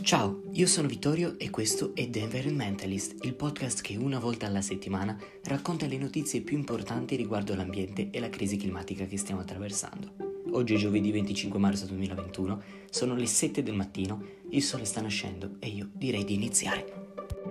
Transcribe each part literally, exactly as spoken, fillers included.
Ciao, io sono Vittorio e questo è The Environmentalist, il podcast che una volta alla settimana racconta le notizie più importanti riguardo l'ambiente e la crisi climatica che stiamo attraversando. Oggi è giovedì venticinque marzo duemilaventuno, sono le sette del mattino, il sole sta nascendo e io direi di iniziare.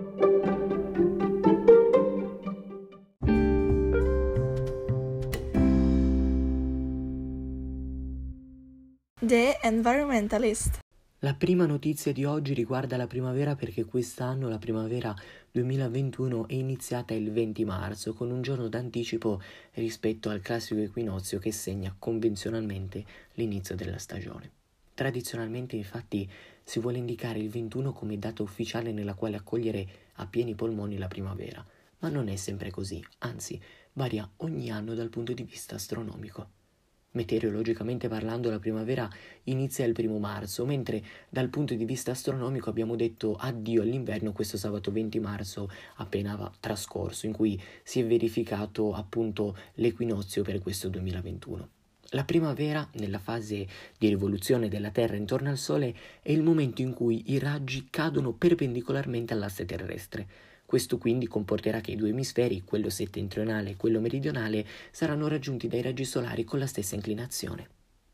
The Environmentalist. La prima notizia di oggi riguarda la primavera perché quest'anno la primavera duemilaventuno è iniziata il venti marzo con un giorno d'anticipo rispetto al classico equinozio che segna convenzionalmente l'inizio della stagione. Tradizionalmente infatti si vuole indicare il ventuno come data ufficiale nella quale accogliere a pieni polmoni la primavera, ma non è sempre così, anzi varia ogni anno dal punto di vista astronomico. Meteorologicamente parlando la primavera inizia il primo marzo, mentre dal punto di vista astronomico abbiamo detto addio all'inverno questo sabato venti marzo appena trascorso, in cui si è verificato appunto l'equinozio per questo duemilaventuno. La primavera, nella fase di rivoluzione della Terra intorno al Sole, è il momento in cui i raggi cadono perpendicolarmente all'asse terrestre. Questo quindi comporterà che i due emisferi, quello settentrionale e quello meridionale, saranno raggiunti dai raggi solari con la stessa inclinazione.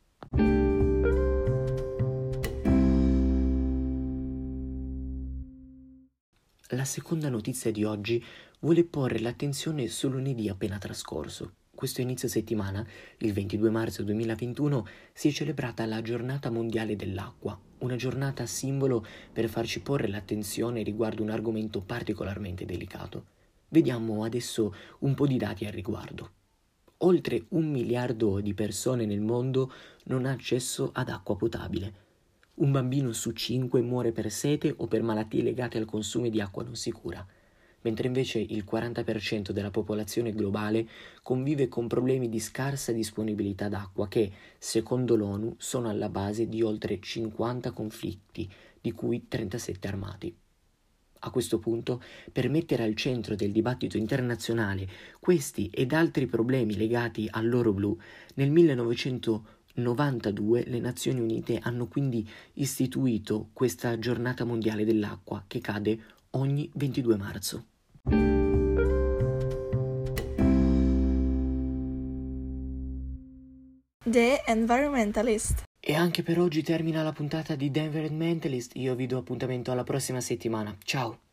La seconda notizia di oggi vuole porre l'attenzione sul lunedì appena trascorso. Questo inizio settimana, il ventidue marzo duemilaventuno, si è celebrata la Giornata Mondiale dell'Acqua, una giornata simbolo per farci porre l'attenzione riguardo un argomento particolarmente delicato. Vediamo adesso un po' di dati al riguardo. Oltre un miliardo di persone nel mondo non ha accesso ad acqua potabile. Un bambino su cinque muore per sete o per malattie legate al consumo di acqua non sicura, mentre invece il quaranta per cento della popolazione globale convive con problemi di scarsa disponibilità d'acqua che, secondo l'ONU, sono alla base di oltre cinquanta conflitti, di cui trentasette armati. A questo punto, per mettere al centro del dibattito internazionale questi ed altri problemi legati all'oro blu, nel millenovecentonovantadue le Nazioni Unite hanno quindi istituito questa giornata mondiale dell'acqua che cade ogni ventidue marzo. The Environmentalist. E anche per oggi termina la puntata di The Environmentalist, io vi do appuntamento alla prossima settimana, ciao!